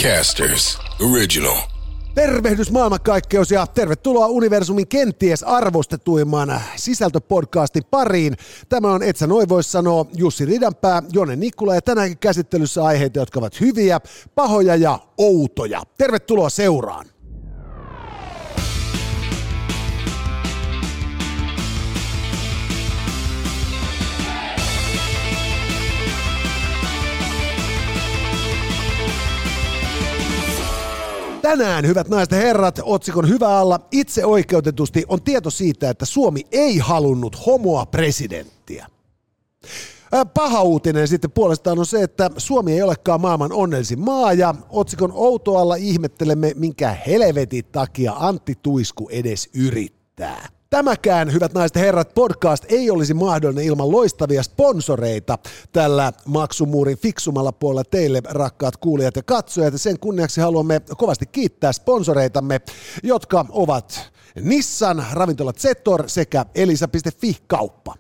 Podcasters Original. Tervehdys maailmankaikkeus ja tervetuloa universumin kenties arvostetuimman sisältöpodcastin pariin. Tämä on Et sä noin vois sanoa Jussi Ridanpää, Jone Nikkula ja tänäänkin käsittelyssä aiheita, jotka ovat hyviä, pahoja ja outoja. Tervetuloa seuraan. Tänään, hyvät naiset ja herrat, otsikon hyvä alla itse oikeutetusti on tieto siitä, että Suomi ei halunnut homoa presidenttiä. Paha uutinen sitten puolestaan on se, että Suomi ei olekaan maailman onnellisin maa ja otsikon outoalla ihmettelemme, minkä helvetin takia Antti Tuisku edes yrittää. Tämäkään, hyvät naiset ja herrat, podcast ei olisi mahdollinen ilman loistavia sponsoreita tällä maksumuurin fiksumalla puolella teille, rakkaat kuulijat ja katsojat. Ja sen kunniaksi haluamme kovasti kiittää sponsoreitamme, jotka ovat Nissan, Ravintola Zetor sekä Elisa.fi-kauppa.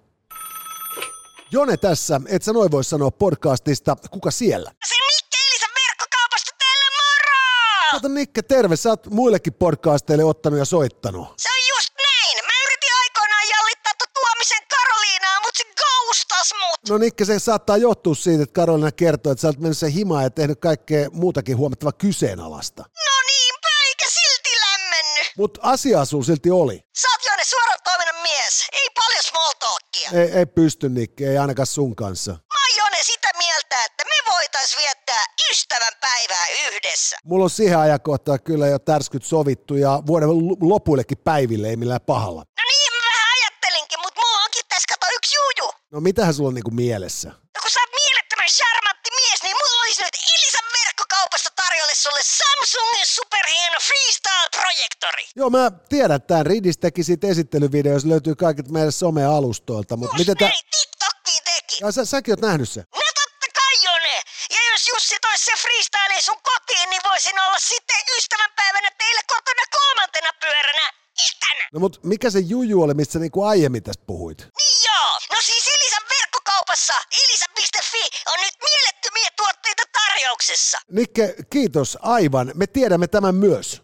Jone tässä, Et sä noin vois sanoa podcastista. Kuka siellä? Se Nikke Elisan verkkokaupasta teille moro! Kato Nikke, terve. Sä oot muillekin podcasteille ottanut ja soittanut. Se on just näin. Mä yritin aikoinaan jallittaa Tuomisen Karoliinaa, mut se ghostas mut. No Nikke, se saattaa johtua siitä, että Karoliina kertoo, että sä oot mennyt sen himaan ja tehnyt kaikkea muutakin huomattavaa kyseenalaista. No niinpä, eikä silti lämmennyt. Mut asiaa sulla silti oli. Sä oot Jone suoran toiminnan mies. Ei paljon small talkia. Ei pysty Nikke, ei ainakaan sun kanssa. Mä oon Jone sitä mieltä, että me voitais viettää ystävän päivää yhdessä. Mulla on siihen ajankohtaan kyllä jo tärskyt sovittu ja vuoden lopuillekin päiville ei millään pahalla. No niin, mä vähän ajattelinkin, mut mulla onkin tässä kato yksi juju. No mitähän sulla on niinku mielessä? No kun sä oot mielettömän charmantti mies, niin mulla olisi nyt Elisan verkkokaupasta tarjolle sulle Samsungin superhieno freestyle-projektori. Joo, mä tiedän, että tämän Ridis teki siitä esittelyvideoissa, löytyy kaiket meidän some-alustoilta, mutta miten näin, TikTokkiin teki. Ja säkin oot nähnyt sen. No totta kai Jone. Ja jos Jussi tois se freestyle sun kotiin, niin voisin olla sitten ystävänpäivänä teille kotona kolmantena pyöränä itänä. No mut mikä se juju oli, mistä sä niinku aiemmin tästä puhuit? Niin joo. No siis Elisan verkkokaupassa elisa.fi on nyt mielettömiä tuotteita tarjouksessa. Nikke, kiitos aivan. Me tiedämme tämän myös.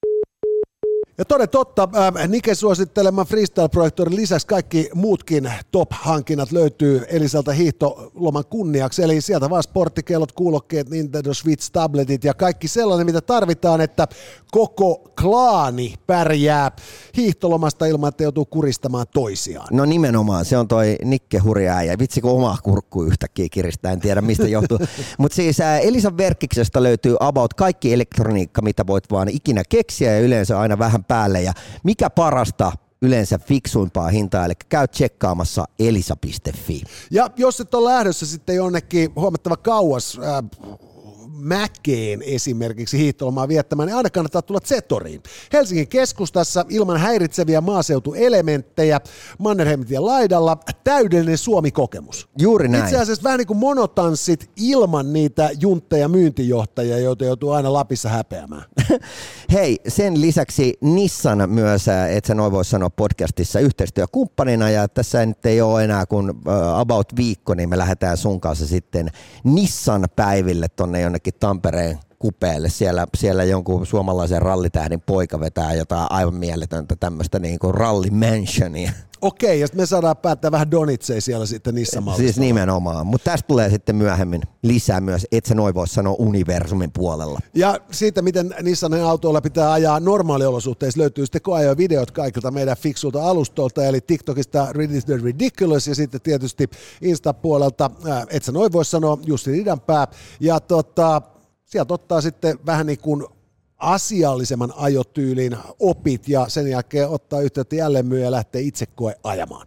Ja toden totta, Nike suositteleman freestyle-projektorin lisäksi kaikki muutkin top-hankinnat löytyy Elisalta hiihtoloman kunniaksi. Eli sieltä vaan sporttikellot, kuulokkeet, Nintendo Switch, tabletit ja kaikki sellainen, mitä tarvitaan, että koko klaani pärjää hiihtolomasta ilman, että joutuu kuristamaan toisiaan. No nimenomaan, se on toi Nikke hurja äijä. Vitsi kun oma kurkku yhtäkkiä kiristää, en tiedä mistä johtuu. Mutta siis Elisan verkkiksestä löytyy about kaikki elektroniikka, mitä voit vaan ikinä keksiä ja yleensä aina vähän päälle. Ja mikä parasta, yleensä fiksuimpaa hintaa, eli käy tsekkaamassa elisa.fi. Ja jos et ole lähdössä sitten jonnekin huomattava kauas Mäkeen esimerkiksi hiihtolomaa viettämään, niin aina kannattaa tulla Zetoriin. Helsingin keskustassa ilman häiritseviä maaseutuelementtejä, Mannerheimintien laidalla, täydellinen Suomi-kokemus. Juuri näin. Itse asiassa vähän niin kuin monotanssit ilman niitä juntteja myyntijohtajia, joita joutuu aina Lapissa häpeämään. Hei, sen lisäksi Nissan myös, et sä noin voi sanoa podcastissa yhteistyökumppanina, ja tässä nyt ei ole enää kuin about viikko, niin me lähdetään sun kanssa sitten Nissan päiville tonne jonnekin Tampereen kupeelle. Siellä jonkun suomalaisen rallitähdin poika vetää jotain aivan mieletöntä tämmöistä niin kuin rallimansionia. Okei, ja sitten me saadaan päättää vähän donitseja siellä sitten Nissan-mallissa. Siis nimenomaan, mutta tästä tulee sitten myöhemmin lisää myös, et sä noin voi sanoa universumin puolella. Ja siitä, miten Nissanin autoilla pitää ajaa normaaliolosuhteissa, löytyy sitten koeajovideot kaikilta meidän fiksulta alustolta, eli TikTokista Ridis the Ridiculous, ja sitten tietysti Insta-puolelta, et sä noin voi sanoa, Jussi Ridanpää, ja sieltä ottaa sitten vähän niin kuin asiallisemman ajotyylin opit ja sen jälkeen ottaa yhteyttä jälleenmyyjä ja lähtee itse koe ajamaan.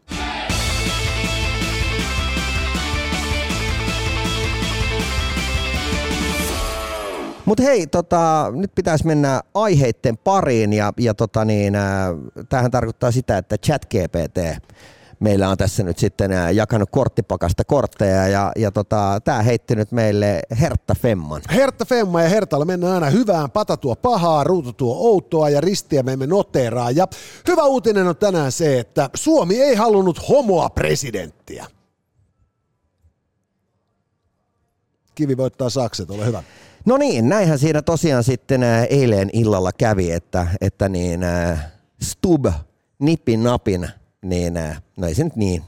Mutta hei, nyt pitäisi mennä aiheitten pariin ja tämähän tarkoittaa sitä, että ChatGPT meillä on tässä nyt sitten jakanut korttipakasta kortteja ja tämä heitti nyt meille Hertta Femman. Hertta Femma ja Hertalla mennään aina hyvään, pata tuo pahaa, ruutu tuo outoa ja ristiä me emme noteraa. Ja hyvä uutinen on tänään se, että Suomi ei halunnut homoa presidenttiä. Kivi voittaa sakset, ole hyvä. No niin, näinhän siinä tosiaan sitten eilen illalla kävi, että niin Stubb nipin napin, niin no ei se nyt niin,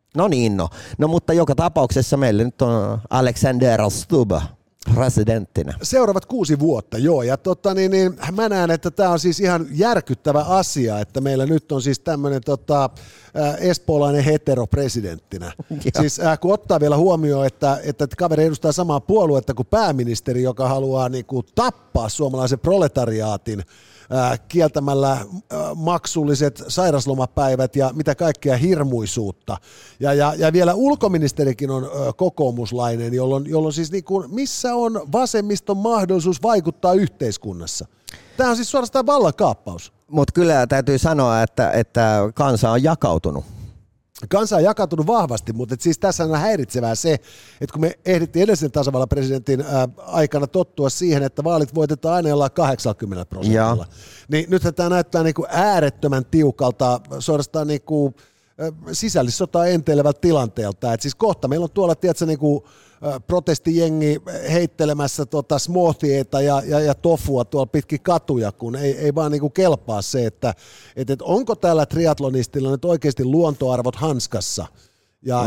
no mutta joka tapauksessa meillä nyt on Alexander Stubb presidenttinä. Seuraavat 6 vuotta, joo, ja mä näen, että tämä on siis ihan järkyttävä asia, että meillä nyt on siis tämmöinen espoolainen heteropresidenttinä. Siis kun ottaa vielä huomioon, että kaveri edustaa samaa puoluetta kuin pääministeri, joka haluaa niinku tappaa suomalaisen proletariaatin kieltämällä maksulliset sairaslomapäivät ja mitä kaikkea hirmuisuutta. Ja vielä ulkoministerikin on kokoomuslainen, jolloin siis niinku, missä on vasemmiston mahdollisuus vaikuttaa yhteiskunnassa? Tämä on siis suorastaan vallankaappaus. Mutta kyllä täytyy sanoa, että kansa on jakautunut. Kansa on jakautunut vahvasti, mutta siis tässä on häiritsevää se, että kun me ehdittiin edellisen tasavallan presidentin aikana tottua siihen, että vaalit voitetaan aina jollain 80%, niin nythän tämä näyttää niinku äärettömän tiukalta, suorastaan niinku sisällissotaa enteilevältä tilanteelta. Et siis kohta meillä on tuolla, tiedätkö, niinku protestijengi heittelemässä smoothieita ja tofua tuolla pitkin katuja, kun ei vaan niinku kelpaa se, että onko täällä triatlonistilla nyt oikeasti luontoarvot hanskassa ja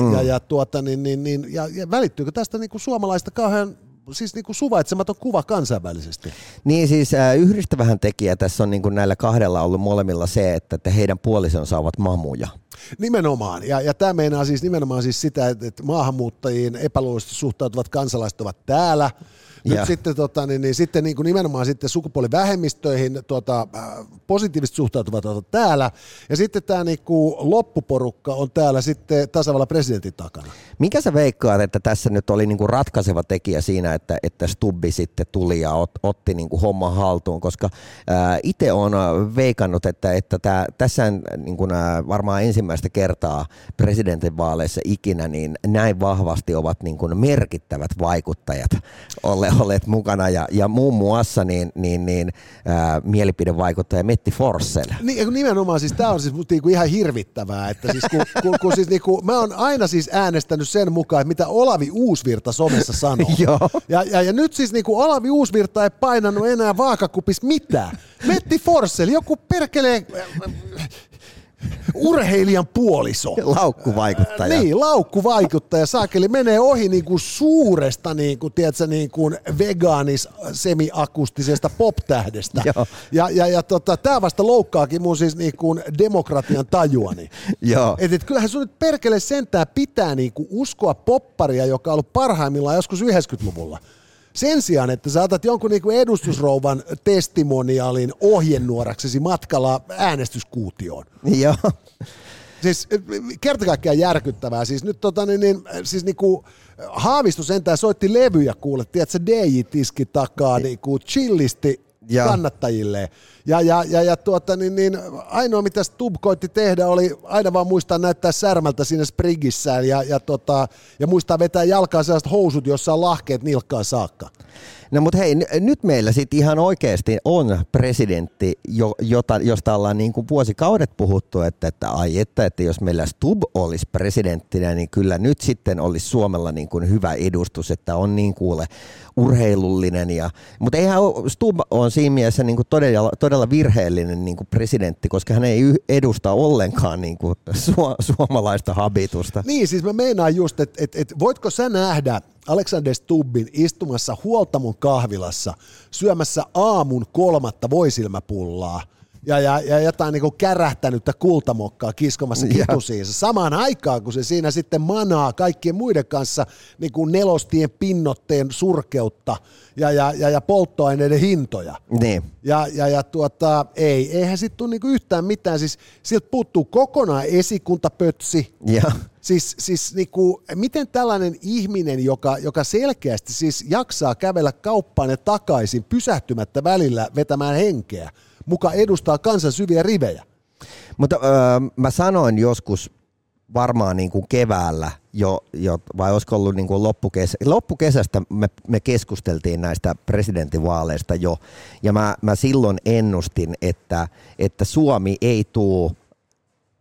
välittyykö tästä niinku suomalaista kauhean siis niinku suvaitsematon kuva kansainvälisesti. Niin siis yhdistävähän tekijä tässä on niinku näillä kahdella ollut molemmilla se, että heidän puolisonsa ovat mamuja. Nimenomaan, ja tämä meinaa siis nimenomaan siis sitä, että maahanmuuttajiin epäluuloisesti suhtautuvat kansalaiset ovat täällä. Nyt sitten, sitten niin kuin nimenomaan sitten sukupuolivähemmistöihin positiivisesti suhtautuvat ovat täällä, ja sitten tämä niin kuin loppuporukka on täällä sitten tasavallan presidentin takana. Mikä sä veikkaat, että tässä nyt oli niin kuin ratkaiseva tekijä siinä, että Stubbi sitten tuli ja otti niin kuin homman haltuun, koska itse olen veikannut, että tässä niin kuin varmaan ensimmäistä kertaa presidentinvaaleissa ikinä niin näin vahvasti ovat niin kuin merkittävät vaikuttajat olleet mukana ja muun muassa mielipidevaikuttaja Mette Forssell. Niin, nimenomaan siis tämä on siis ihan hirvittävää, että siis kun siis mä oon aina siis äänestänyt sen mukaan, että mitä Olavi Uusvirta somessa sanoo. ja nyt siis Olavi Uusvirta ei painanut enää vaakakupissa mitään. Mette Forssell, joku perkelee urheilijan puoliso. Laukkuvaikuttaja. Niin, laukkuvaikuttaja. Saakeli menee ohi niinku suuresta tiedätkö, vegaanis semiakustisesta pop-tähdestä. Tämä vasta loukkaakin mun siis demokratian tajuani. Et kyllähän sun nyt perkele sentään pitää uskoa popparia, joka on ollut parhaimmillaan joskus 90-luvulla. Sen sijaan, että sä otat jonkun edustusrouvan testimoniaalin ohjenuoraksesi matkalla äänestyskuutioon. Joo. Siis kerta kaikkiaan järkyttävää. Siis nyt Haavisto sentään soitti levyjä, kuule, tiedätkö, DJ-tiski takaa chillisti kannattajille. Ainoa mitä Stubb koitti tehdä oli aina vaan muistaa näyttää särmältä siinä sprigissään ja muistaa vetää jalkaan sellaiset housut, jossa on lahkeet nilkkaan saakka. No mutta hei, nyt meillä sitten ihan oikeasti on presidentti, josta ollaan niin kuin vuosikaudet puhuttu, että jos meillä Stubb olisi presidenttinä, niin kyllä nyt sitten olisi Suomella niin kuin hyvä edustus, että on niin kuule urheilullinen. Mutta eihän Stubb on siinä mielessä niin kuin todella virheellinen niin kuin presidentti, koska hän ei edusta ollenkaan niin kuin suomalaista habitusta. Niin, siis mä meinaan just, että voitko sä nähdä Alexander Stubbin istumassa Huoltamon kahvilassa syömässä aamun 3. voisilmäpullaa ja jotain niin kuin kärähtänyttä kultamokkaa kiskomassa kitusiinsa samaan aikaan, kun se siinä sitten manaa kaikkien muiden kanssa niin kuin nelostien pinnotteen surkeutta ja polttoaineiden hintoja. Niin. Eihän sitten tule niinku yhtään mitään, siis sieltä puuttuu kokonaan esikuntapötsi. Siis miten tällainen ihminen, joka selkeästi siis jaksaa kävellä kauppaan ja takaisin pysähtymättä välillä vetämään henkeä, muka edustaa kansan syviä rivejä. Mutta mä sanoin joskus varmaan niin kuin keväällä vai olisiko ollut niin kuin loppukesästä me keskusteltiin näistä presidentinvaaleista jo, ja mä silloin ennustin, että Suomi ei tule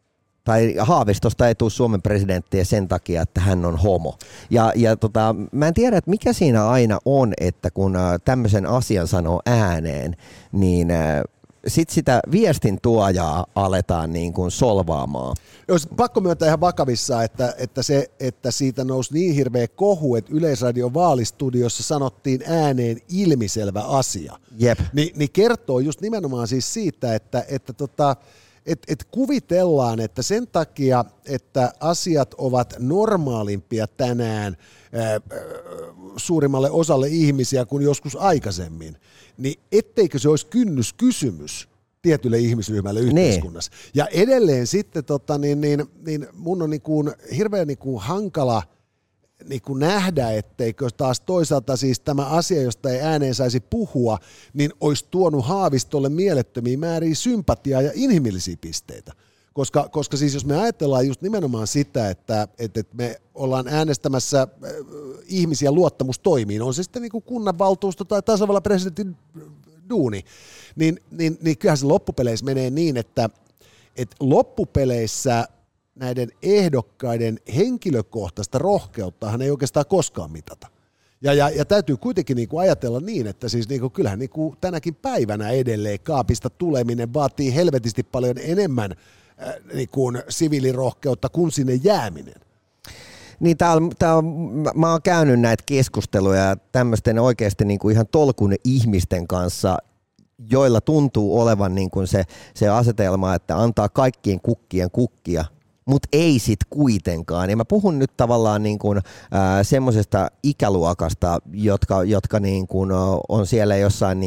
tai Haavistosta ei tule Suomen presidenttiä sen takia, että hän on homo. Ja mä en tiedä, että mikä siinä aina on, että kun tämmöisen asian sanoo ääneen, niin sitten sitä viestin tuojaa aletaan niin kuin solvaamaan. Olisi pakko myöntää ihan vakavissaan, että siitä nousi niin hirveä kohu, että Yleisradion vaalistudiossa sanottiin ääneen ilmiselvä asia. Jep. Niin kertoo just nimenomaan siis siitä, että kuvitellaan, että sen takia, että asiat ovat normaalimpia tänään suurimmalle osalle ihmisiä kuin joskus aikaisemmin, niin etteikö se olisi kynnyskysymys tietylle ihmisryhmälle yhteiskunnassa. Nee. Ja edelleen sitten niin mun on hirveän hankala nähdä, etteikö taas toisaalta siis tämä asia, josta ei ääneen saisi puhua, niin olisi tuonut Haavistolle mielettömiä määriä sympatiaa ja inhimillisiä pisteitä. Koska siis jos me ajatellaan just nimenomaan sitä, että me ollaan äänestämässä ihmisiä luottamustoimiin, on se sitten niin kuin kunnanvaltuusto tai tasavallan presidentin duuni, niin kyllähän se loppupeleissä menee niin, että loppupeleissä näiden ehdokkaiden henkilökohtaista rohkeuttahan ei oikeastaan koskaan mitata. Ja täytyy kuitenkin ajatella niin, että siis kyllähän tänäkin päivänä edelleen kaapista tuleminen vaatii helvetisti paljon enemmän siviilirohkeutta kuin sinne jääminen. Niin mä oon käynyt näitä keskusteluja tämmöisten oikeasti ihan tolkun ihmisten kanssa, joilla tuntuu olevan se asetelma, että antaa kaikkien kukkien kukkia, mutta ei sit kuitenkaan. Ja mä puhun nyt tavallaan semmoisesta ikäluokasta, jotka on siellä jossain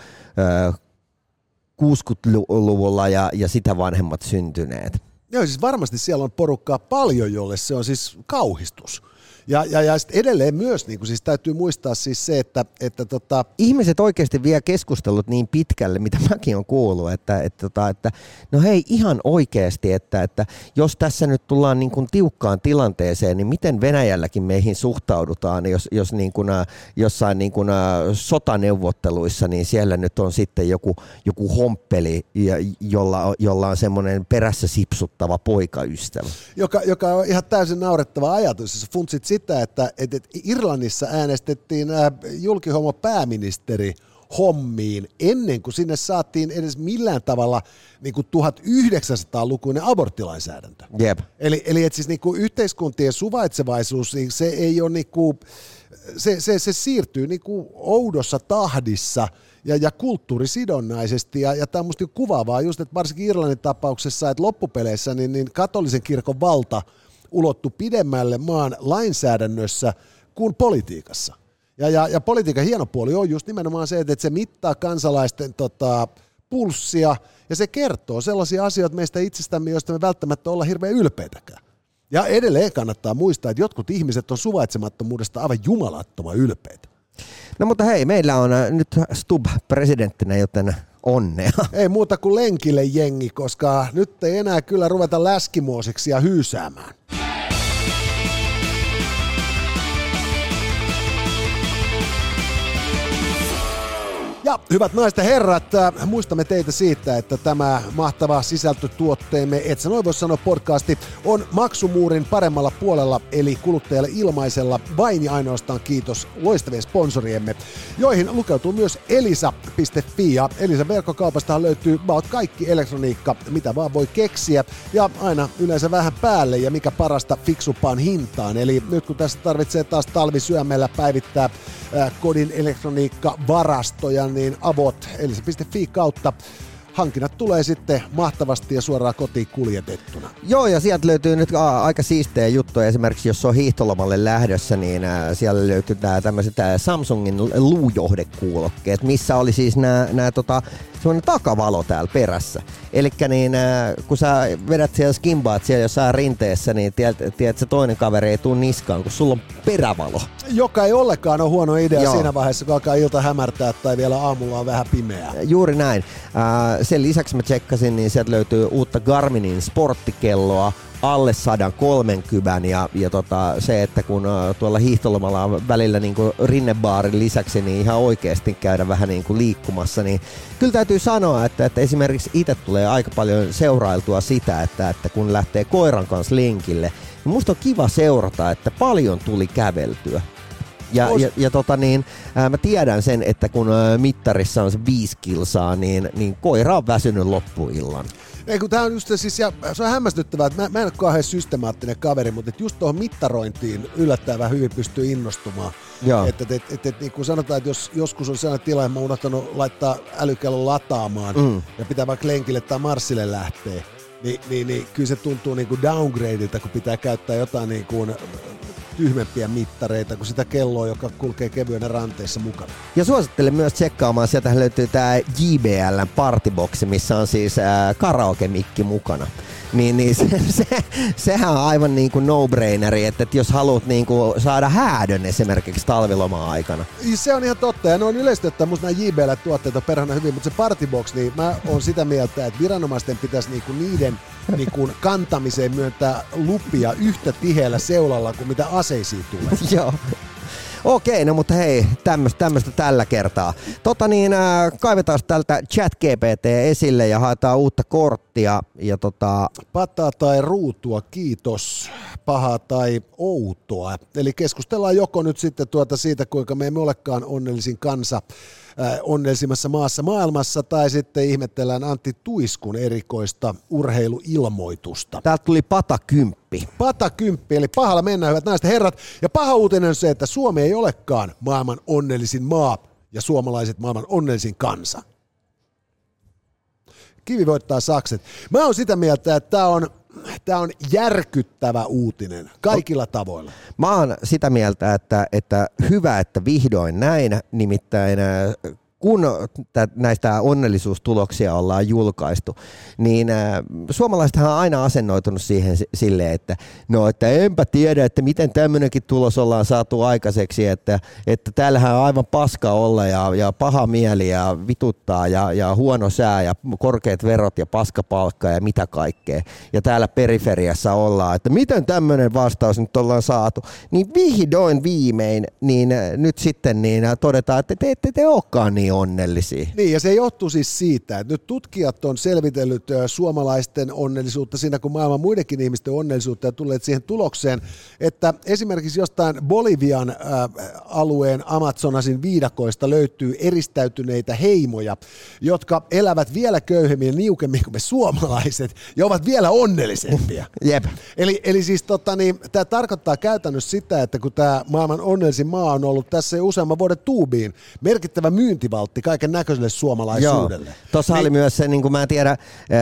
60-luvulla ja sitä vanhemmat syntyneet. Joo, siis varmasti siellä on porukkaa paljon, jolle se on siis kauhistus. Ja sitten edelleen myös siis täytyy muistaa siis se, että ihmiset oikeasti vie keskustelut niin pitkälle, mitä mäkin on kuullut, että no hei ihan oikeasti, että jos tässä nyt tullaan tiukkaan tilanteeseen, niin miten Venäjälläkin meihin suhtaudutaan, jos jossain sotaneuvotteluissa, niin siellä nyt on sitten joku homppeli, jolla on semmoinen perässä sipsuttava poikaystävä. Joka on ihan täysin naurettava ajatus, jos funtsit sitä, että Irlannissa äänestettiin julkihomo pääministeri hommiin ennen kuin sinne saatiin edes millään tavalla 1900-lukuinen aborttilainsäädäntö. Jep. Eli että siis yhteiskuntien suvaitsevaisuus, niin se ei ole se siirtyy oudossa tahdissa ja kulttuurisidonnaisesti, ja tämä on musta kuvaavaa just, että varsinkin Irlannin tapauksessa, että loppupeleissä niin katolisen kirkon valta ulottu pidemmälle maan lainsäädännössä kuin politiikassa. Ja politiikan hieno puoli on just nimenomaan se, että se mittaa kansalaisten pulssia, ja se kertoo sellaisia asioita meistä itsestämme, joista me välttämättä olla hirveän ylpeitäkään. Ja edelleen kannattaa muistaa, että jotkut ihmiset on suvaitsemattomuudesta aivan jumalattoman ylpeitä. No mutta hei, meillä on nyt Stubb presidenttinä, joten onnea. Ei muuta kuin lenkille jengi, koska nyt ei enää kyllä ruveta läskimuosiksi ja hyysäämään. Ja hyvät naiset ja herrat, muistamme teitä siitä, että tämä mahtava sisältötuotteemme, et sä noin voi sanoa podcasti, on maksumuurin paremmalla puolella, eli kuluttajalle ilmaisella, vain ja ainoastaan kiitos loistavien sponsoriemme, joihin lukeutuu myös elisa.fi, ja Elisan verkkokaupastahan löytyy about kaikki elektroniikka, mitä vaan voi keksiä, ja aina yleensä vähän päälle, ja mikä parasta fiksumpaan hintaan, eli nyt kun tässä tarvitsee taas talvisyömellä päivittää kodin elektroniikkavarastoja, niin avot elisa.fi kautta hankinnat tulee sitten mahtavasti ja suoraan kotiin kuljetettuna. Joo, ja sieltä löytyy nyt aika siistejä juttuja. Esimerkiksi jos on hiihtolomalle lähdössä, niin siellä löytyy tämmöiset Samsungin luujohdekuulokkeet, missä oli siis nämä semmoinen takavalo täällä perässä. Elikkä niin, kun sä vedät siellä skimbaat siellä jossain rinteessä, niin tiedät, se toinen kaveri ei tuu niskaan, kun sulla on perävalo. Joka ei ollenkaan ole huono idea. Joo. Siinä vaiheessa, kun alkaa ilta hämärtää tai vielä aamulla on vähän pimeää. Juuri näin. Sen lisäksi mä tsekkasin, niin sieltä löytyy uutta Garminin sporttikelloa, alle 130 ja se, että kun tuolla hiihtolomalla on välillä niin kuin rinnebaarin lisäksi niin ihan oikeasti käydä vähän niin kuin liikkumassa, niin kyllä täytyy sanoa, että esimerkiksi itse tulee aika paljon seurailtua sitä, että kun lähtee koiran kanssa lenkille, niin musta on kiva seurata, että paljon tuli käveltyä. Mä tiedän sen, että kun mittarissa on se 5 kilsaa, niin koira on väsynyt loppuillan. Ei, kun tää on just siis, ja se on hämmästyttävää, että mä en ole kauhean systemaattinen kaveri, mutta just tuohon mittarointiin yllättävän hyvin pystyy innostumaan. Että niin kuin sanotaan, että jos joskus on sellainen tila, että mä oon unohtanut laittaa älykellon lataamaan ja pitää vaikka lenkille tai marssille lähteä, niin kyllä se tuntuu niin kuin downgradeilta, kun pitää käyttää jotain niin kuin tyhmempiä mittareita kuin sitä kelloa, joka kulkee kevyenä ranteissa mukana. Ja suosittelen myös tsekkaamaan, sieltä löytyy tää JBL:n partiboksi, missä on siis karaoke-mikki mukana. Niin sehän on aivan niin kuin no-braineri, että jos haluat niin kuin saada häädön esimerkiksi talvilomaa aikana. Se on ihan totta, ja ne on yleisesti, että musta nämä JBL-tuotteet on perhana hyvin, mutta se Partibox, niin mä oon sitä mieltä, että viranomaisten pitäisi niinku niiden niinku kantamiseen myöntää lupia yhtä tiheällä seulalla kuin mitä aseisiin tulee. Joo. Okei, no mutta hei, tämmöistä tällä kertaa. Kaivetaan tältä ChatGPT esille ja haetaan uutta korttia. Ja Pataa tai ruutua, kiitos. Pahaa tai outoa. Eli keskustellaan joko nyt sitten siitä, kuinka me emme olekaan onnellisin kansa onnellisimmassa maassa maailmassa, tai sitten ihmetellään Antti Tuiskun erikoista urheiluilmoitusta. Täältä tuli patakymppi. Patakymppi, eli pahalla mennään, hyvät naiset ja herrat. Ja paha uutinen on se, että Suomi ei olekaan maailman onnellisin maa ja suomalaiset maailman onnellisin kansa. Kivi voittaa sakset. Mä oon sitä mieltä, että tämä on järkyttävä uutinen kaikilla tavoilla. Mä oon sitä mieltä, että hyvä, että vihdoin näin, nimittäin kun näistä onnellisuustuloksia ollaan julkaistu, niin suomalaisethan on aina asennoitunut siihen silleen, että enpä tiedä, että miten tämmöinenkin tulos ollaan saatu aikaiseksi, että täällähän on aivan paska olla ja paha mieli ja vituttaa ja huono sää ja korkeat verot ja paskapalkka ja mitä kaikkea. Ja täällä periferiassa ollaan, että miten tämmöinen vastaus nyt ollaan saatu. Niin vihdoin viimein, niin nyt sitten niin todetaan, että te ette olekaan niin onnellisia. Niin, ja se johtuu siis siitä, että nyt tutkijat on selvitellyt suomalaisten onnellisuutta siinä, kun maailman muidenkin ihmisten onnellisuutta ja tulleet siihen tulokseen, että esimerkiksi jostain Bolivian alueen Amazonasin viidakoista löytyy eristäytyneitä heimoja, jotka elävät vielä köyhemmin ja niukemmin kuin me suomalaiset ja ovat vielä onnellisempia. Jep. Eli siis tämä tarkoittaa käytännössä sitä, että kun tämä maailman onnellisin maa on ollut tässä jo useamman vuoden tuubiin, merkittävä myyntivaltti kaiken näköiselle suomalaisuudelle. Tuossa oli myös se, niin kuin mä en tiedä,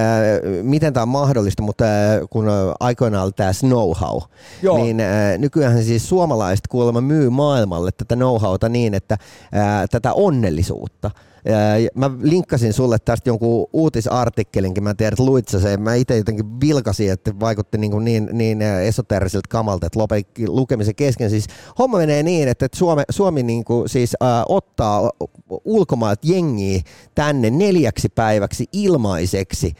miten tämä on mahdollista, mutta kun aikoinaan oli tämä know-how, niin nykyään siis suomalaiset kuulemma myy maailmalle tätä know-howta niin, että tätä onnellisuutta. Mä linkkasin sulle tästä jonkun uutisartikkelinkin, mä en tiedä, että luit sä sen, mä itse jotenkin vilkasin, että vaikutti niin esoteeriselta kamalta, että lopetin lukemisen kesken. Siis homma menee niin, että Suomi niin kuin siis ottaa ulkomailta jengiä tänne 4 päiväksi ilmaiseksi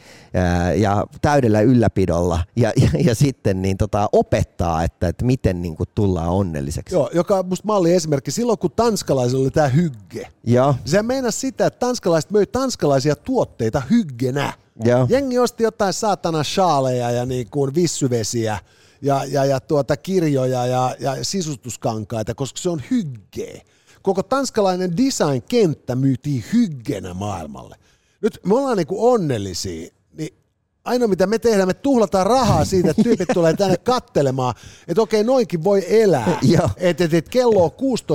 ja täydellä ylläpidolla ja sitten niin opettaa, että miten niin kuin tullaan onnelliseksi. Joo, joka on musta malli esimerkki. Silloin kun tanskalaisilla oli tämä hygge, se meinasi sitä, että tanskalaiset möi tanskalaisia tuotteita hyggenä. Jengi osti jotain saatana shaaleja ja niin kuin vissyvesiä ja kirjoja ja sisustuskankaita, koska se on hygge. Koko tanskalainen design-kenttä myytiin hyggenä maailmalle. Nyt me ollaan niin kuin onnellisia, niin ainoa mitä me tehdään, me tuhlataan rahaa siitä, että tyypit tulee tänne kattelemaan, että okei, noinkin voi elää. Että kello on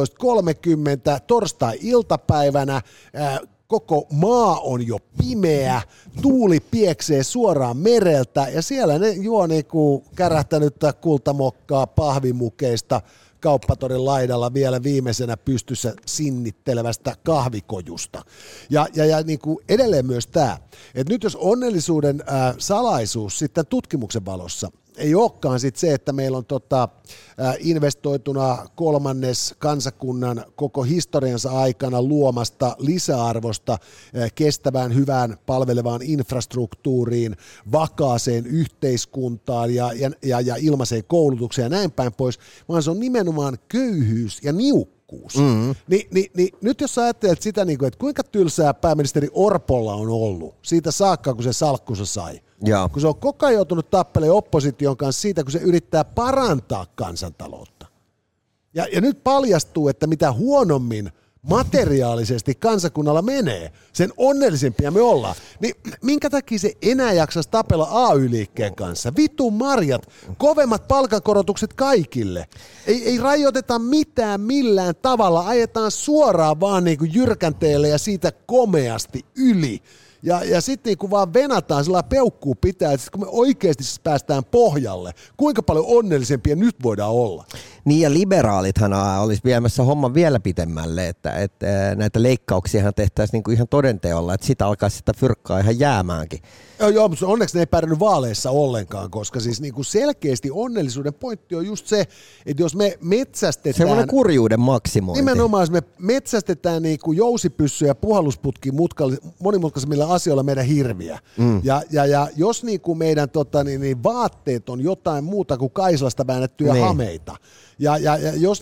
16.30 torstai-iltapäivänä, koko maa on jo pimeä, tuuli pieksee suoraan mereltä ja siellä ne juo niinku kärähtänyttä kultamokkaa pahvimukeista kauppatorin laidalla vielä viimeisenä pystyssä sinnittelevästä kahvikojusta. Ja niin kuin edelleen myös tämä, että nyt jos onnellisuuden salaisuus sitten tutkimuksen valossa ei olekaan sit se, että meillä on investoituna 1/3 kansakunnan koko historiansa aikana luomasta lisäarvosta kestävään, hyvään, palvelevaan infrastruktuuriin, vakaaseen yhteiskuntaan ja ilmaiseen koulutukseen ja näin päin pois, vaan se on nimenomaan köyhyys ja niukkuus. Niin nyt jos sä ajattelet sitä, että kuinka tylsää pääministeri Orpolla on ollut siitä saakka, kun se salkkunsa sai. Ja. Kun se on koko ajan joutunut tappelemaan opposition kanssa siitä, kun se yrittää parantaa kansantaloutta. Ja nyt paljastuu, että mitä huonommin materiaalisesti kansakunnalla menee, sen onnellisempia me ollaan. Niin minkä takia se enää jaksaisi tapella AY-liikkeen kanssa? Vitun marjat, kovemmat palkankorotukset kaikille. Ei rajoiteta mitään millään tavalla, ajetaan suoraan vaan niin kuin jyrkänteelle ja siitä komeasti yli. Ja sitten niin vaan venataan sellainen peukkuu pitää, että kun me oikeasti päästään pohjalle, kuinka paljon onnellisempia nyt voidaan olla. Niin ja liberaalithan olisi viemässä homman vielä pitemmälle, että näitä leikkauksia tehtäisiin niinku ihan todenteolla, että sitä alkaisi sitä fyrkkaa ihan jäämäänkin. Joo, mutta onneksi ne ei pärjännyt vaaleissa ollenkaan, koska siis niinku selkeästi onnellisuuden pointti on just se, että jos me metsästetään... Semmoinen kurjuuden maksimointi. Nimenomaan, jos me metsästetään niinku jousipyssyjä ja puhallusputkin monimutkaisemmilla asioilla meidän hirviä. Ja jos niinku meidän vaatteet on jotain muuta kuin Kaislasta väännettyjä hameita, ja jos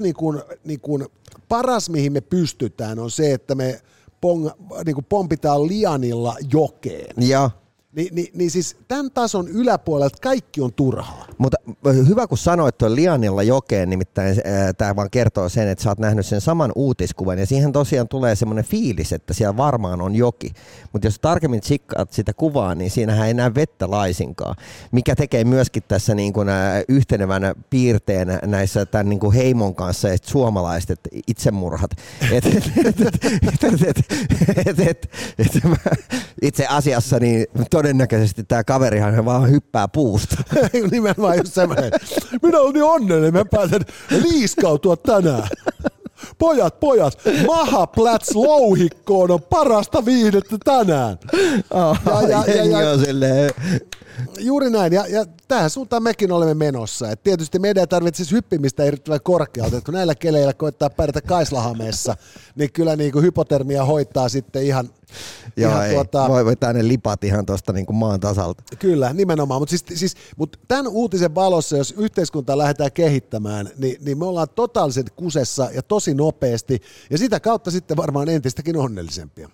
paras mihin me pystytään on se, että me pompitaan lianilla jokeen. Ja. Niin siis tämän tason yläpuolelta kaikki on turhaa. Mutta hyvä kun sanoit tuon lianilla jokeen, nimittäin tämä vaan kertoo sen, että sä oot nähnyt sen saman uutiskuvan ja siihen tosiaan tulee semmoinen fiilis, että siellä varmaan on joki. Mutta jos tarkemmin tsikkaat sitä kuvaa, niin siinähän ei näe vettä laisinkaan, mikä tekee myöskin tässä niin kuin yhtenevän piirteen näissä tämän niin kuin heimon kanssa ja suomalaiset itsemurhat. Itse asiassa niin todennäköisesti tämä kaverihan vaan hyppää puusta. Nimenomaan just semmoinen. Minä olen niin onnellinen, mä päätän liiskautua tänään. Pojat, Mahaplats louhikkoon on parasta viihdettä tänään. Juuri näin, ja tähän suuntaan mekin olemme menossa. Et tietysti meidän ei tarvitse siis hyppimistä erittäin korkealta, että kun näillä keleillä koittaa pärjätä Kaislahameessa, niin kyllä niin kuin hypotermia hoitaa sitten ihan... Voi tänne lipat ihan tuosta niin kuin maan tasalta. Kyllä, nimenomaan, mutta tämän uutisen valossa, jos yhteiskuntaa lähdetään kehittämään, niin me ollaan totaalisen kusessa ja tosi nopeasti, ja sitä kautta sitten varmaan entistäkin onnellisempia.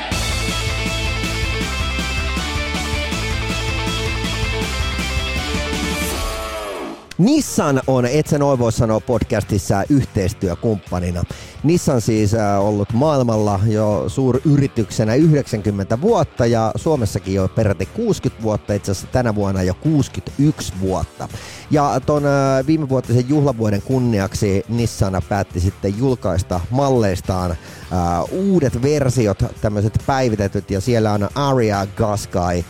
Nissan on Et sä noin voi sanoa podcastissa yhteistyökumppanina. Nissan siis ollut maailmalla jo suuryrityksenä 90 vuotta ja Suomessakin jo peräti 60 vuotta, itse asiassa tänä vuonna jo 61 vuotta. Ja ton viimevuotisen juhlavuoden kunniaksi Nissan päätti sitten julkaista malleistaan uudet versiot, tämmöiset päivitetyt, ja siellä on Aria, Qashqai,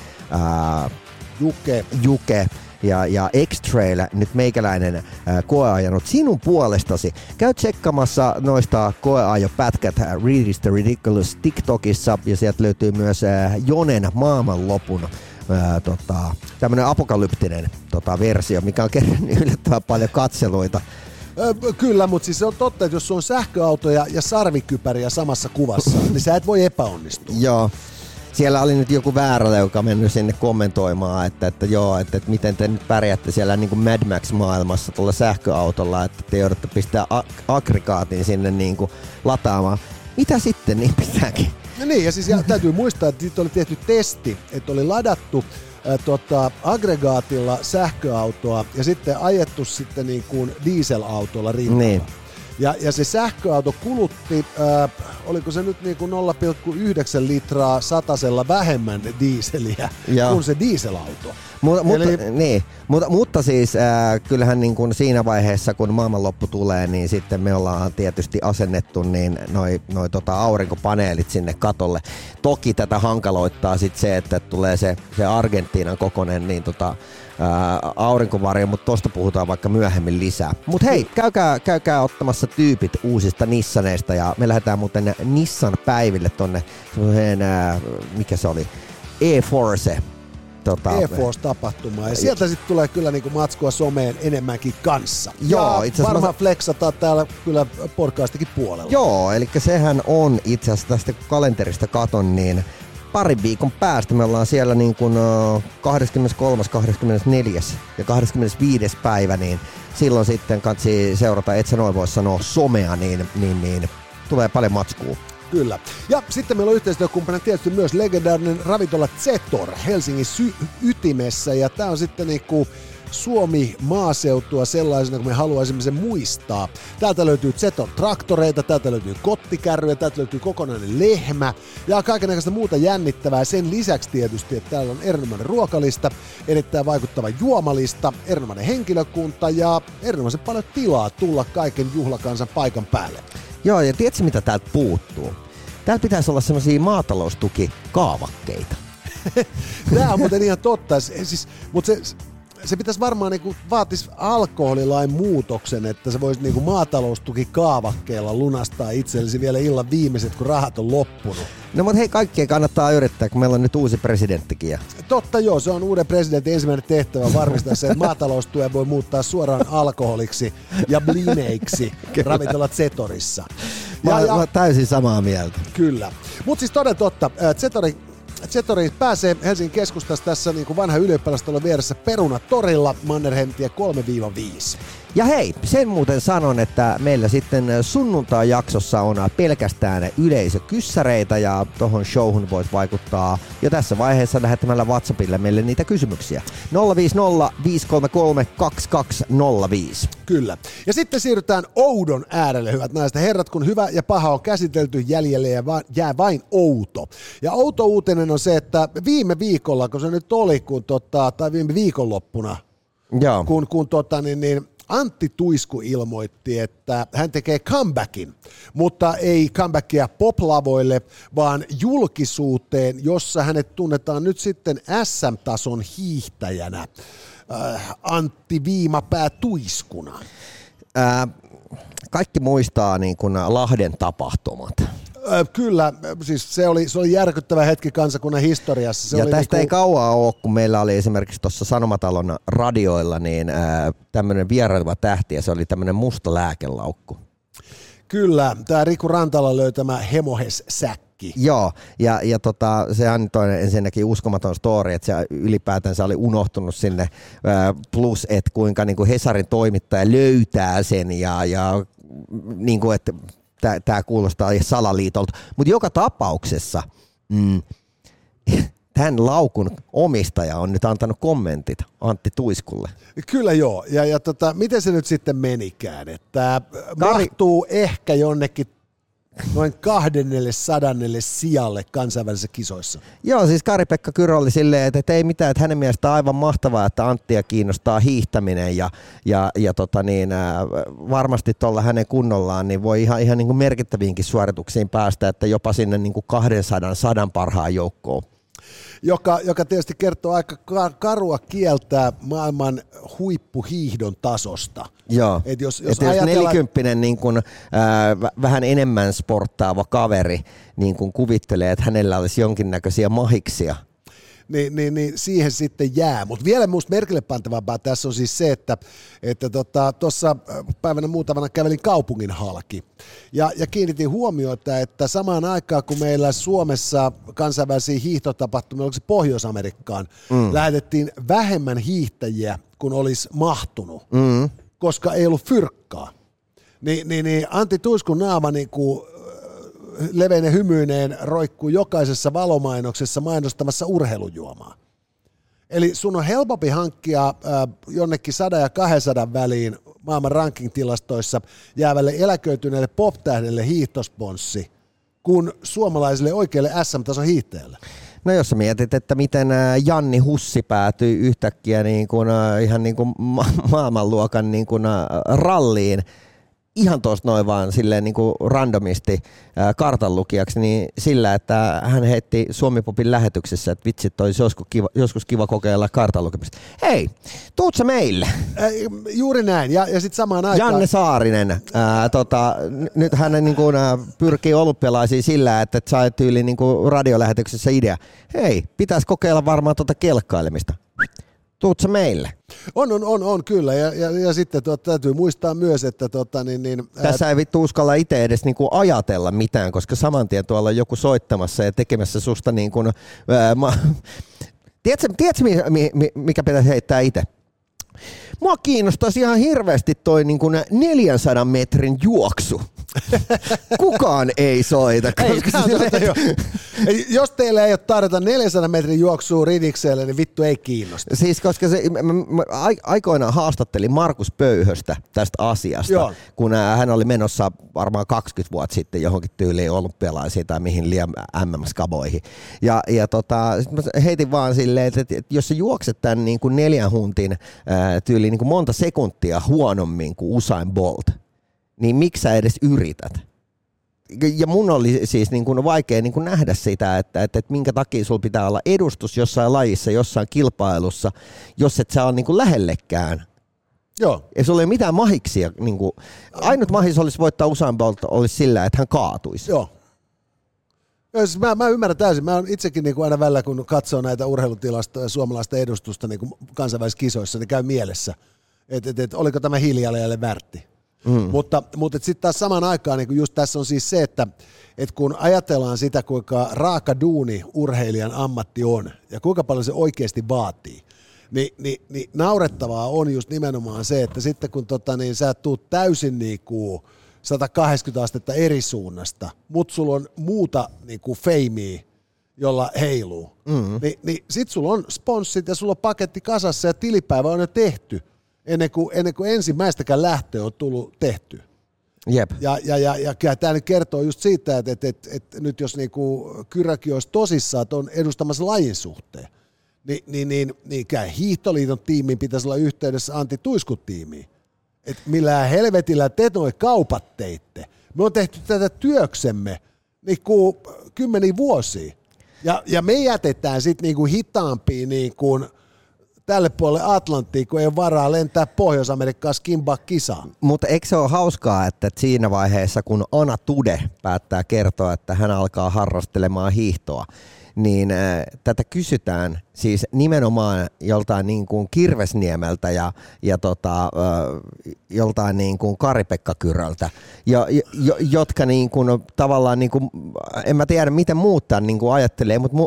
Juke ja X-Trail nyt meikäläinen koeajanut sinun puolestasi. Käy tsekkamassa noista koeajopätkät Read is the Ridiculous TikTokissa, ja sieltä löytyy myös Jonen maailmanlopun tämmönen apokalyptinen versio, mikä on kerännyt yllättävän paljon katseluita. Kyllä, mutta siis se on totta, että jos on sähköautoja ja sarvikypäriä samassa kuvassa, niin sä et voi epäonnistua. Joo. Siellä oli nyt joku väärällä, joka on mennyt sinne kommentoimaan, että miten te nyt pärjäätte siellä niin kuin Mad Max-maailmassa tuolla sähköautolla, että te joudutte pistää aggregaatin sinne niin kuin lataamaan. Mitä sitten niin pitääkin? No niin, ja siis täytyy muistaa, että siitä oli tehty testi, että oli ladattu aggregaatilla sähköautoa ja sitten ajettu sitten niin kuin dieselautolla rinnalla. Niin. Ja se sähköauto kulutti, oliko se nyt niin kuin 0,9 litraa satasella vähemmän diiseliä kuin se dieselauto. Mutta siis kyllähän niin kuin siinä vaiheessa, kun maailmanloppu tulee, niin sitten me ollaan tietysti asennettu niin noi aurinkopaneelit sinne katolle. Toki tätä hankaloittaa sitten se, että tulee se Argentiinan kokoinen niin aurinkovarjo, mutta tosta puhutaan vaikka myöhemmin lisää. Mut hei, käykää ottamassa tyypit uusista Nissaneista, ja me lähdetään muuten Nissan päiville tonne semmoiseen, mikä se oli, E-Force EFOS-tapahtumaa. Ja sieltä sitten tulee kyllä niinku matskua someen enemmänkin kanssa. Joo, ja varmaan flexataan täällä kyllä podcastikin puolella. Joo, eli sehän on itse asiassa tästä kalenterista katon, niin parin viikon päästä me ollaan siellä niin kuin 23., 24. ja 25. päivä, niin silloin sitten kansi seurata, et sä noin voi sanoa somea, niin tulee paljon matskua. Kyllä. Ja sitten meillä on yhteistyökumppana tietysti myös legendaarinen ravintola Zetor Helsingin ytimessä, ja tää on sitten niinku Suomi-maaseutua sellaisena, kun me haluaisimme sen muistaa. Täältä löytyy Zetor-traktoreita, täältä löytyy kottikärryjä, täältä löytyy kokonainen lehmä ja kaikenlaista muuta jännittävää. Sen lisäksi tietysti, että täällä on erinomainen ruokalista, erittäin vaikuttava juomalista, erinomainen henkilökunta ja erinomaisen paljon tilaa tulla kaiken juhlakansan paikan päälle. Joo, ja tiedätkö mitä täältä puuttuu? Täällä pitäisi olla semmosia maataloustukikaavakkeita. Tämä on muuten ihan totta, mutta se pitäisi varmaan niinku vaatisi alkoholilain muutoksen, että se voisi niinku maataloustukikaavakkeella lunastaa itsellesi vielä illan viimeiset, kun rahat on loppunut. No mutta hei, kaikkea kannattaa yrittää, kun meillä on nyt uusi presidenttikin. Totta joo, se on uuden presidentin ensimmäinen tehtävä varmistaa se, että maataloustue voi muuttaa suoraan alkoholiksi ja blineiksi ravintolat Zetorissa. Mä oon täysin samaa mieltä. Kyllä. Mutta siis toden totta, Zetori pääsee Helsingin keskustassa tässä niin kuin vanha ylioppilastalon vieressä Perunatorilla, Mannerheimtie 3-5. Ja hei, sen muuten sanon, että meillä sitten sunnuntai-jaksossa on pelkästään yleisökyssäreitä ja tohon showhun voit vaikuttaa jo tässä vaiheessa lähettämällä WhatsAppille meille niitä kysymyksiä. 050 533 2205. Kyllä. Ja sitten siirrytään oudon äärelle, hyvät naiset ja herrat, kun hyvä ja paha on käsitelty, jäljelle jää vain outo. Ja outo uutinen on se, että viime viikolla, kun se nyt oli, tai viime viikonloppuna, joo. kun Antti Tuisku ilmoitti, että hän tekee comebackin, mutta ei comebackia poplavoille, vaan julkisuuteen, jossa hänet tunnetaan nyt sitten SM-tason hiihtäjänä, Antti Viimapää Tuiskuna. Kaikki muistaa niin kuin Lahden tapahtumat. Kyllä, siis se oli järkyttävä hetki kansakunnan historiassa. Ja tästä ei kauaa ole, kun meillä oli esimerkiksi tuossa Sanomatalon radioilla niin tämmöinen vieraileva tähti, ja se oli tämmöinen musta lääkelaukku. Kyllä, tämä Riku Rantala löytämä Hemohes-säkki. Joo, ja sehän nyt on ensinnäkin uskomaton story, että se ylipäätänsä oli unohtunut sinne, plus että kuinka niin kuin Hesarin toimittaja löytää sen, ja niin kuin, että tämä kuulostaa salaliitolta, mutta joka tapauksessa tämän laukun omistaja on nyt antanut kommentit Antti Tuiskulle. Kyllä joo, ja miten se nyt sitten menikään, että mahtuu ehkä jonnekin noin 200 sijalle kansainvälisissä kisoissa. Joo, siis Kari-Pekka Kyrö oli silleen, että ei mitään, että hänen mielestään aivan mahtavaa, että Anttia kiinnostaa hiihtäminen ja varmasti tuolla hänen kunnollaan niin voi ihan niin kuin merkittäviinkin suorituksiin päästä, että jopa sinne niin kuin 200 parhaan joukkoon. Joka tietysti kertoo aika karua kieltä maailman huippuhiihdon tasosta. Joo, et jos 40 niin kun, vähän enemmän sporttaava kaveri niin kun kuvittelee, että hänellä olisi jonkinnäköisiä mahiksia, niin siihen sitten jää. Mutta vielä minusta merkille pantavampaa tässä on siis se, että tuossa päivänä muutavana kävelin kaupungin halki ja kiinnitin huomiota, että samaan aikaan kun meillä Suomessa kansainvälisiä hiihtotapahtumia, oliko se Pohjois-Amerikkaan, lähetettiin vähemmän hiihtäjiä kuin olisi mahtunut, koska ei ollut fyrkkaa. Niin Antti Tuiskun naama niinku leveinen hymyineen roikkuu jokaisessa valomainoksessa mainostamassa urheilujuomaa. Eli sun on helpompi hankkia jonnekin 100 ja 200 väliin maailman ranking-tilastoissa jäävälle eläköityneelle pop-tähdelle hiihtosponssi kuin suomalaiselle oikealle SM-tason hiihtäjälle. No jos sä mietit, että miten Janni Hussi päätyi yhtäkkiä niin kuin, ihan niin kuin maailmanluokan niin kuin ralliin ihan tuosta noin vaan silleen niin kuin randomisti kartanlukijaksi, niin sillä, että hän heitti Suomi-popin lähetyksessä, että vitsit, olisi joskus kiva kokeilla kartanlukemista. Hei, tuut sä meille? Juuri näin, ja sitten samaan aikaan... Janne Saarinen, nyt hän niin kuin, pyrkii olympialaisiin sillä, että sai tyyli niin kuin radiolähetyksessä idea. Hei, pitäisi kokeilla varmaan kelkkailemista. Tuut sä meille? On kyllä, ja sitten täytyy muistaa myös, että tässä ei vittu uskalla itse edes niinku ajatella mitään, koska saman tien tuolla on joku soittamassa ja tekemässä susta niin kuin... Tiedätkö mikä pitäisi heittää itse? Mua kiinnostaisi ihan hirveästi toi niin kuin 400 metrin juoksu. Kukaan ei soita. Jos teillä ei ole tarjota 400 metrin juoksua Ridikselle, niin vittu ei kiinnosta. Siis koska mä aikoinaan haastattelin Markus Pöyhöstä tästä asiasta, joo, kun hän oli menossa varmaan 20 vuotta sitten johonkin tyyliin olympialaisiin tai mihin liian MM-skaboihin. Ja sit mä heitin vaan silleen, että jos sä juokset tämän niin kuin 4 huntin tyyliin niin kuin monta sekuntia huonommin kuin Usain Bolt, niin miksi sä edes yrität? Ja mun oli siis niin kuin vaikea niin kuin nähdä sitä, että minkä takia sulla pitää olla edustus jossain lajissa, jossain kilpailussa, jos et sä ole niin kuin lähellekään. Joo. Ja sulla ei ole mitään mahiksia. Niin kuin, ainut mahis olisi voittaa Usain Bolt olisi sillä, että hän kaatuisi. Joo. Mä ymmärrän täysin. Mä oon itsekin niin kuin aina välillä, kun katsoo näitä urheilutilastoja ja suomalaista edustusta niin kuin kansainvälisissä kisoissa, niin käy mielessä, että oliko tämä hiilijalanjäljen värtti. Mutta sitten taas samaan aikaan niin just tässä on siis se, että kun ajatellaan sitä, kuinka raaka duuni urheilijan ammatti on ja kuinka paljon se oikeasti vaatii, niin naurettavaa on just nimenomaan se, että sitten kun sä tuut täysin niin kuin 180 astetta eri suunnasta, mutta sulla on muuta niin kuin feimiä, jolla heiluu, niin sit sulla on sponssit ja sulla on paketti kasassa ja tilipäivä on jo tehty. Ennen kuin ensimmäistäkään lähtöä on tullut tehty. Jep. Ja kyllä tämä nyt kertoo just siitä, että nyt jos niinku Kyräki olisi tosissaan, että on edustamassa lajin suhteen, niin kyllä Hiihtoliiton tiimiin pitäisi olla yhteydessä Antti Tuiskun tiimiin. Että millään helvetillä te noi kaupat teitte. Me on tehty tätä työksemme niinku 10 vuosia. Ja me jätetään sitten niinku hitaampiin niinku tälle puolelle Atlanttia, kun ei ole varaa lentää Pohjois-Amerikkaan skimba-kisaan. Mutta eikö se ole hauskaa, että siinä vaiheessa, kun Ana Tude päättää kertoa, että hän alkaa harrastelemaan hiihtoa, niin tätä kysytään siis nimenomaan joltain niin kuin Kirvesniemeltä ja joltain niin kuin Kari-Pekka Kyröltä, jotka niin kuin tavallaan, niin kuin, en mä tiedä miten muut tämän niin kuin ajattelee, mutta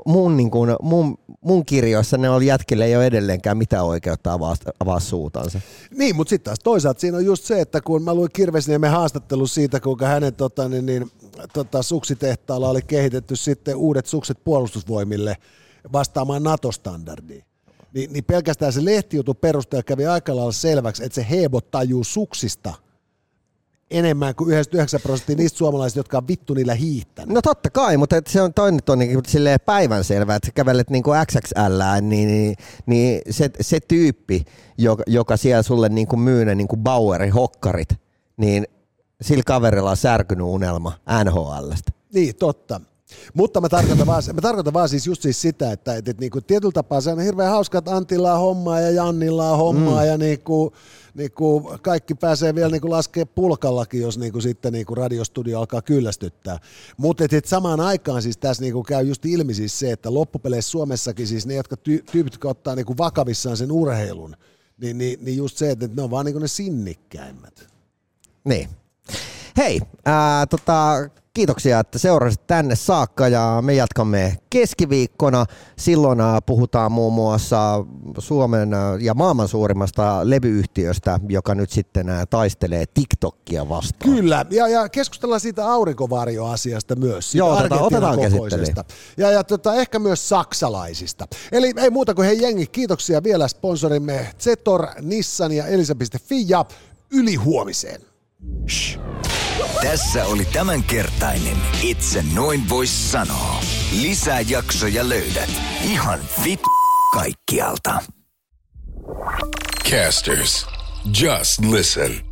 mun kirjoissa ne oli jätkille ei ole edelleenkään mitään oikeutta avaa suutansa. Niin, mutta sitten taas toisaalta siinä on just se, että kun mä luin Kirvesniemen haastattelu siitä, kuinka hänen suksitehtaalla oli kehitetty sitten uudet sukset puolustusvoimille vastaamaan NATO-standardiin. Niin pelkästään se lehtijutun perusteella kävi aika lailla selväksi, että se Hebo tajuu suksista enemmän kuin 99% niistä suomalaisista, jotka on vittu niillä hiihtänyt. No totta kai, mutta se on toinen silleen päivänselvää, että sä kävelet niinku XXL:ään, niin se tyyppi, joka siellä sulle niinku myy ne niinku Bauerin hokkarit, niin sillä kaverilla on särkynyt unelma NHL:stä. Niin, totta. Mutta mä tarkoitan vaan siis just siis sitä, että niinku tietyllä tapaa se on hirveän hauska, että Antilla on hommaa ja Jannilla on hommaa ja niinku kaikki pääsee vielä niinku laskee pulkallakin, jos niinku sitten niinku radiostudio alkaa kyllästyttää. Mutta samaan aikaan siis tässä niinku käy just ilmi siis se, että loppupeleissä Suomessakin siis ne, jotka tyypit, jotka ottaa niinku vakavissaan sen urheilun, niin just se, että ne on vaan niinku ne sinnikkäimmät. Niin. Hei, kiitoksia, että seurasit tänne saakka ja me jatkamme keskiviikkona. Silloin puhutaan muun muassa Suomen ja maailman suurimmasta levyyhtiöstä, joka nyt sitten taistelee TikTokia vastaan. Kyllä, ja keskustellaan siitä aurinkovarjoasiasta myös. Joo, otetaan käsittelyyn. Ja ehkä myös saksalaisista. Eli ei muuta kuin hei jengi, kiitoksia vielä sponsorimme Zetor, Nissan ja Elisa.fi ja ylihuomiseen. Shh. Tässä oli tämänkertainen Itse noin vois sanoa. Lisää jaksoja löydät ihan kaikkialta. Casters, just listen.